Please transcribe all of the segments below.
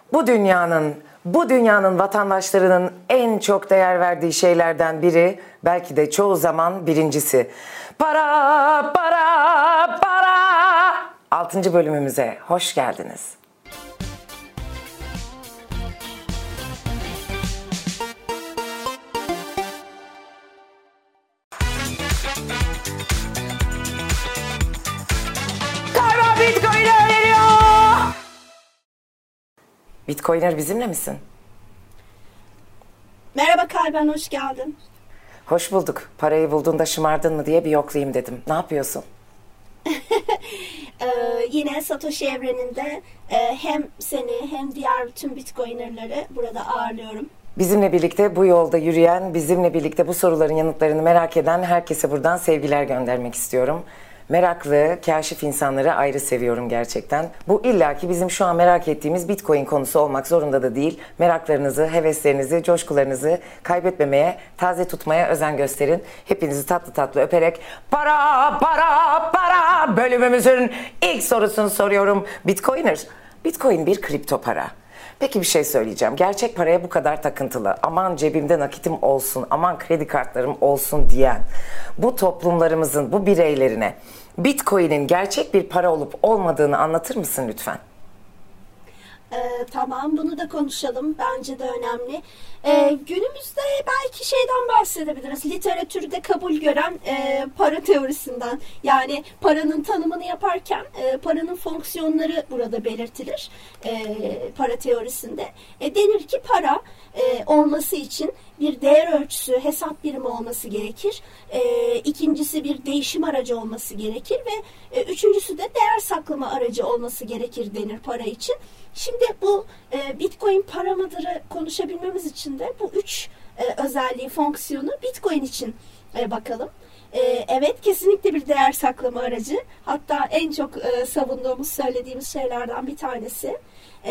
Bu dünyanın vatandaşlarının en çok değer verdiği şeylerden biri, belki de çoğu zaman birincisi. Para, para, para. 6. bölümümüze hoş geldiniz. Galiba Bitcoin'i öğreniyor. Bitcoiner bizimle misin? Merhaba Kalben, hoş geldin. Hoş bulduk. Parayı bulduğunda şımardın mı diye bir yoklayayım dedim. Ne yapıyorsun? Yine Satoshi evreninde hem seni hem diğer tüm Bitcoiner'ları burada ağırlıyorum. Bizimle birlikte bu yolda yürüyen, bizimle birlikte bu soruların yanıtlarını merak eden herkese buradan sevgiler göndermek istiyorum. Meraklı, kaşif insanları ayrı seviyorum gerçekten. Bu illaki bizim şu an merak ettiğimiz Bitcoin konusu olmak zorunda da değil. Meraklarınızı, heveslerinizi, coşkularınızı kaybetmemeye, taze tutmaya özen gösterin. Hepinizi tatlı tatlı öperek para, para, para bölümümüzün ilk sorusunu soruyorum. Bitcoiner, Bitcoin bir kripto para. Peki bir şey söyleyeceğim. Gerçek paraya bu kadar takıntılı, aman cebimde nakitim olsun, aman kredi kartlarım olsun diyen bu toplumlarımızın, bu bireylerine Bitcoin'in gerçek bir para olup olmadığını anlatır mısın lütfen? Tamam, bunu da konuşalım. Bence de önemli. Günümüzde belki şeyden bahsedebiliriz. Literatürde kabul gören para teorisinden. Yani paranın tanımını yaparken paranın fonksiyonları burada belirtilir. Para teorisinde. Denir ki para olması için bir değer ölçüsü, hesap birimi olması gerekir. İkincisi bir değişim aracı olması gerekir ve üçüncüsü de değer saklama aracı olması gerekir denir para için. Şimdi bu Bitcoin para mıdırı konuşabilmemiz için de bu üç özelliği, fonksiyonu Bitcoin için bakalım. Evet, kesinlikle bir değer saklama aracı. Hatta en çok savunduğumuz, söylediğimiz şeylerden bir tanesi.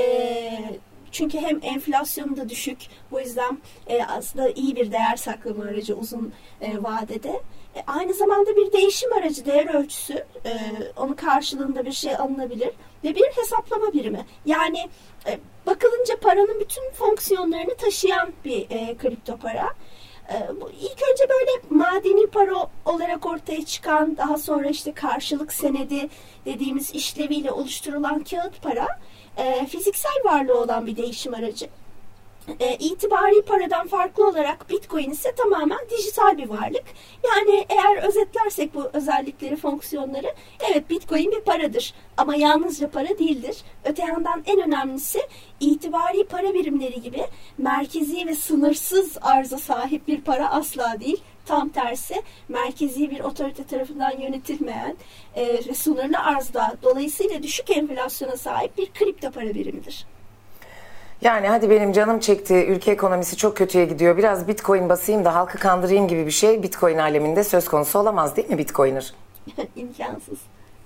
Çünkü hem enflasyonu da düşük, bu yüzden aslında iyi bir değer saklama aracı uzun vadede. Aynı zamanda bir değişim aracı, değer ölçüsü, onun karşılığında bir şey alınabilir ve bir hesaplama birimi. Yani bakılınca paranın bütün fonksiyonlarını taşıyan bir kripto para. İlk önce böyle madeni para olarak ortaya çıkan, daha sonra işte karşılık senedi dediğimiz işleviyle oluşturulan kağıt para, fiziksel varlığı olan bir değişim aracı. İtibari paradan farklı olarak Bitcoin ise tamamen dijital bir varlık. Yani eğer özetlersek bu özellikleri, fonksiyonları, evet Bitcoin bir paradır ama yalnızca para değildir. Öte yandan en önemlisi itibari para birimleri gibi merkezi ve sınırsız arza sahip bir para asla değil. Tam tersi, merkezi bir otorite tarafından yönetilmeyen ve sınırlı arzda, dolayısıyla düşük enflasyona sahip bir kripto para birimidir. Yani hadi benim canım çekti, ülke ekonomisi çok kötüye gidiyor, biraz Bitcoin basayım da halkı kandırayım gibi bir şey Bitcoin aleminde söz konusu olamaz değil mi Bitcoiner? İmkansız.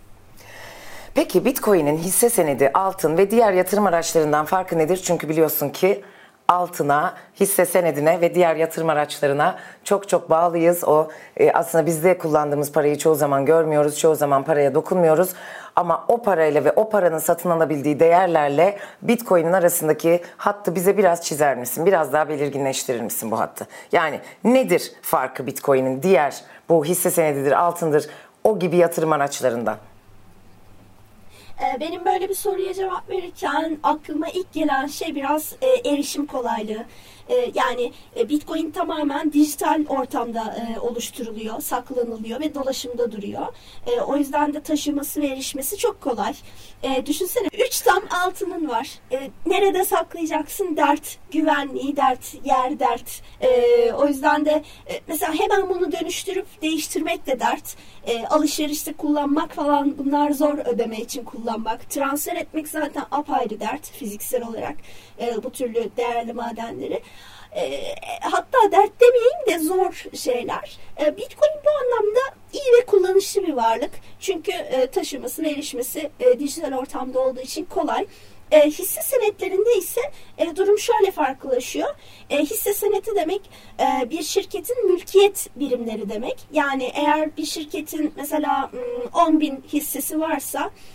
Peki Bitcoin'in hisse senedi, altın ve diğer yatırım araçlarından farkı nedir? Çünkü biliyorsun ki altına, hisse senedine ve diğer yatırım araçlarına çok çok bağlıyız. Aslında bizde kullandığımız parayı çoğu zaman görmüyoruz, çoğu zaman paraya dokunmuyoruz. Ama o parayla ve o paranın satın alabildiği değerlerle Bitcoin'in arasındaki hattı bize biraz çizer misin? Biraz daha belirginleştirir misin bu hattı? Yani nedir farkı Bitcoin'in diğer bu hisse senedidir, altındır, o gibi yatırım araçlarından? Benim böyle bir soruya cevap verirken aklıma ilk gelen şey biraz erişim kolaylığı. Yani Bitcoin tamamen dijital ortamda oluşturuluyor, saklanılıyor ve dolaşımda duruyor. O yüzden de taşıması ve erişmesi çok kolay. Düşünsene 3 tam altının var. Nerede saklayacaksın dert, güvenliği dert, yer dert. O yüzden de mesela hemen bunu dönüştürüp değiştirmek de dert. Alışverişte kullanmak falan, bunlar zor, ödeme için kullanmak. Transfer etmek zaten apayrı dert fiziksel olarak bu türlü değerli madenleri. Hatta dert demeyeyim de zor şeyler. Bitcoin bu anlamda iyi ve kullanışlı bir varlık. Çünkü taşıması ve erişmesi dijital ortamda olduğu için kolay. Hisse senetlerinde ise durum şöyle farklılaşıyor. Hisse senedi demek bir şirketin mülkiyet birimleri demek. Yani eğer bir şirketin mesela 10.000 hissesi varsa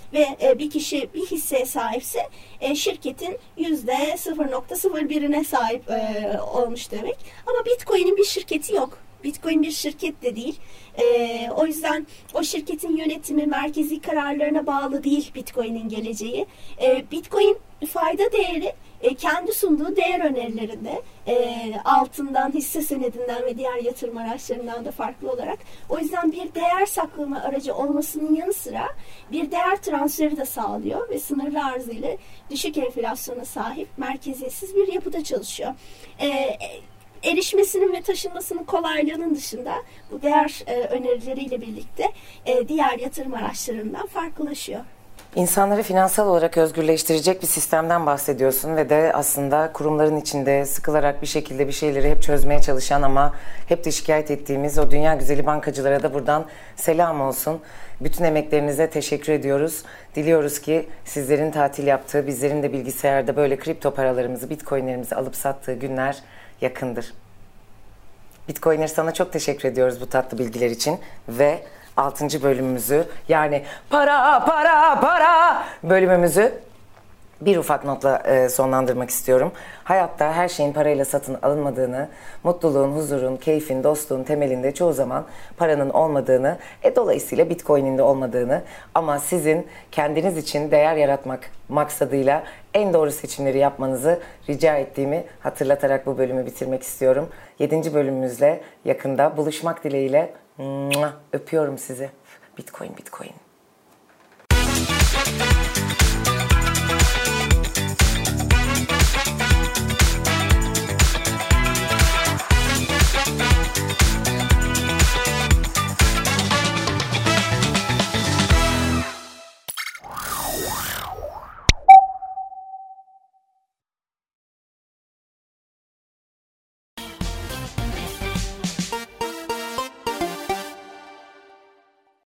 ve bir kişi bir hisseye sahipse şirketin %0.01'ine sahip olmuş demek. Ama Bitcoin'in bir şirketi yok. Bitcoin bir şirket de değil. O yüzden o şirketin yönetimi merkezi kararlarına bağlı değil Bitcoin'in geleceği. Bitcoin fayda değeri kendi sunduğu değer önerilerinde altından, hisse senedinden ve diğer yatırım araçlarından da farklı olarak. O yüzden bir değer saklama aracı olmasının yanı sıra bir değer transferi de sağlıyor ve sınırlı arz ile düşük enflasyona sahip merkeziyetsiz bir yapıda çalışıyor. Erişmesinin ve taşınmasının kolaylığının dışında bu değer önerileriyle birlikte diğer yatırım araçlarından farklılaşıyor. İnsanları finansal olarak özgürleştirecek bir sistemden bahsediyorsun ve de aslında kurumların içinde sıkılarak bir şekilde bir şeyleri hep çözmeye çalışan ama hep de şikayet ettiğimiz o dünya güzeli bankacılara da buradan selam olsun. Bütün emeklerinize teşekkür ediyoruz. Diliyoruz ki sizlerin tatil yaptığı, bizlerin de bilgisayarda böyle kripto paralarımızı, bitcoinlerimizi alıp sattığı günler yakındır. Bitcoiner, sana çok teşekkür ediyoruz bu tatlı bilgiler için ve 6. bölümümüzü, yani para bölümümüzü bir ufak notla sonlandırmak istiyorum. Hayatta her şeyin parayla satın alınmadığını, mutluluğun, huzurun, keyfin, dostluğun temelinde çoğu zaman paranın olmadığını, dolayısıyla Bitcoin'in de olmadığını, ama sizin kendiniz için değer yaratmak maksadıyla en doğru seçimleri yapmanızı rica ettiğimi hatırlatarak bu bölümü bitirmek istiyorum. 7. bölümümüzle yakında buluşmak dileğiyle. Öpüyorum sizi. Bitcoin.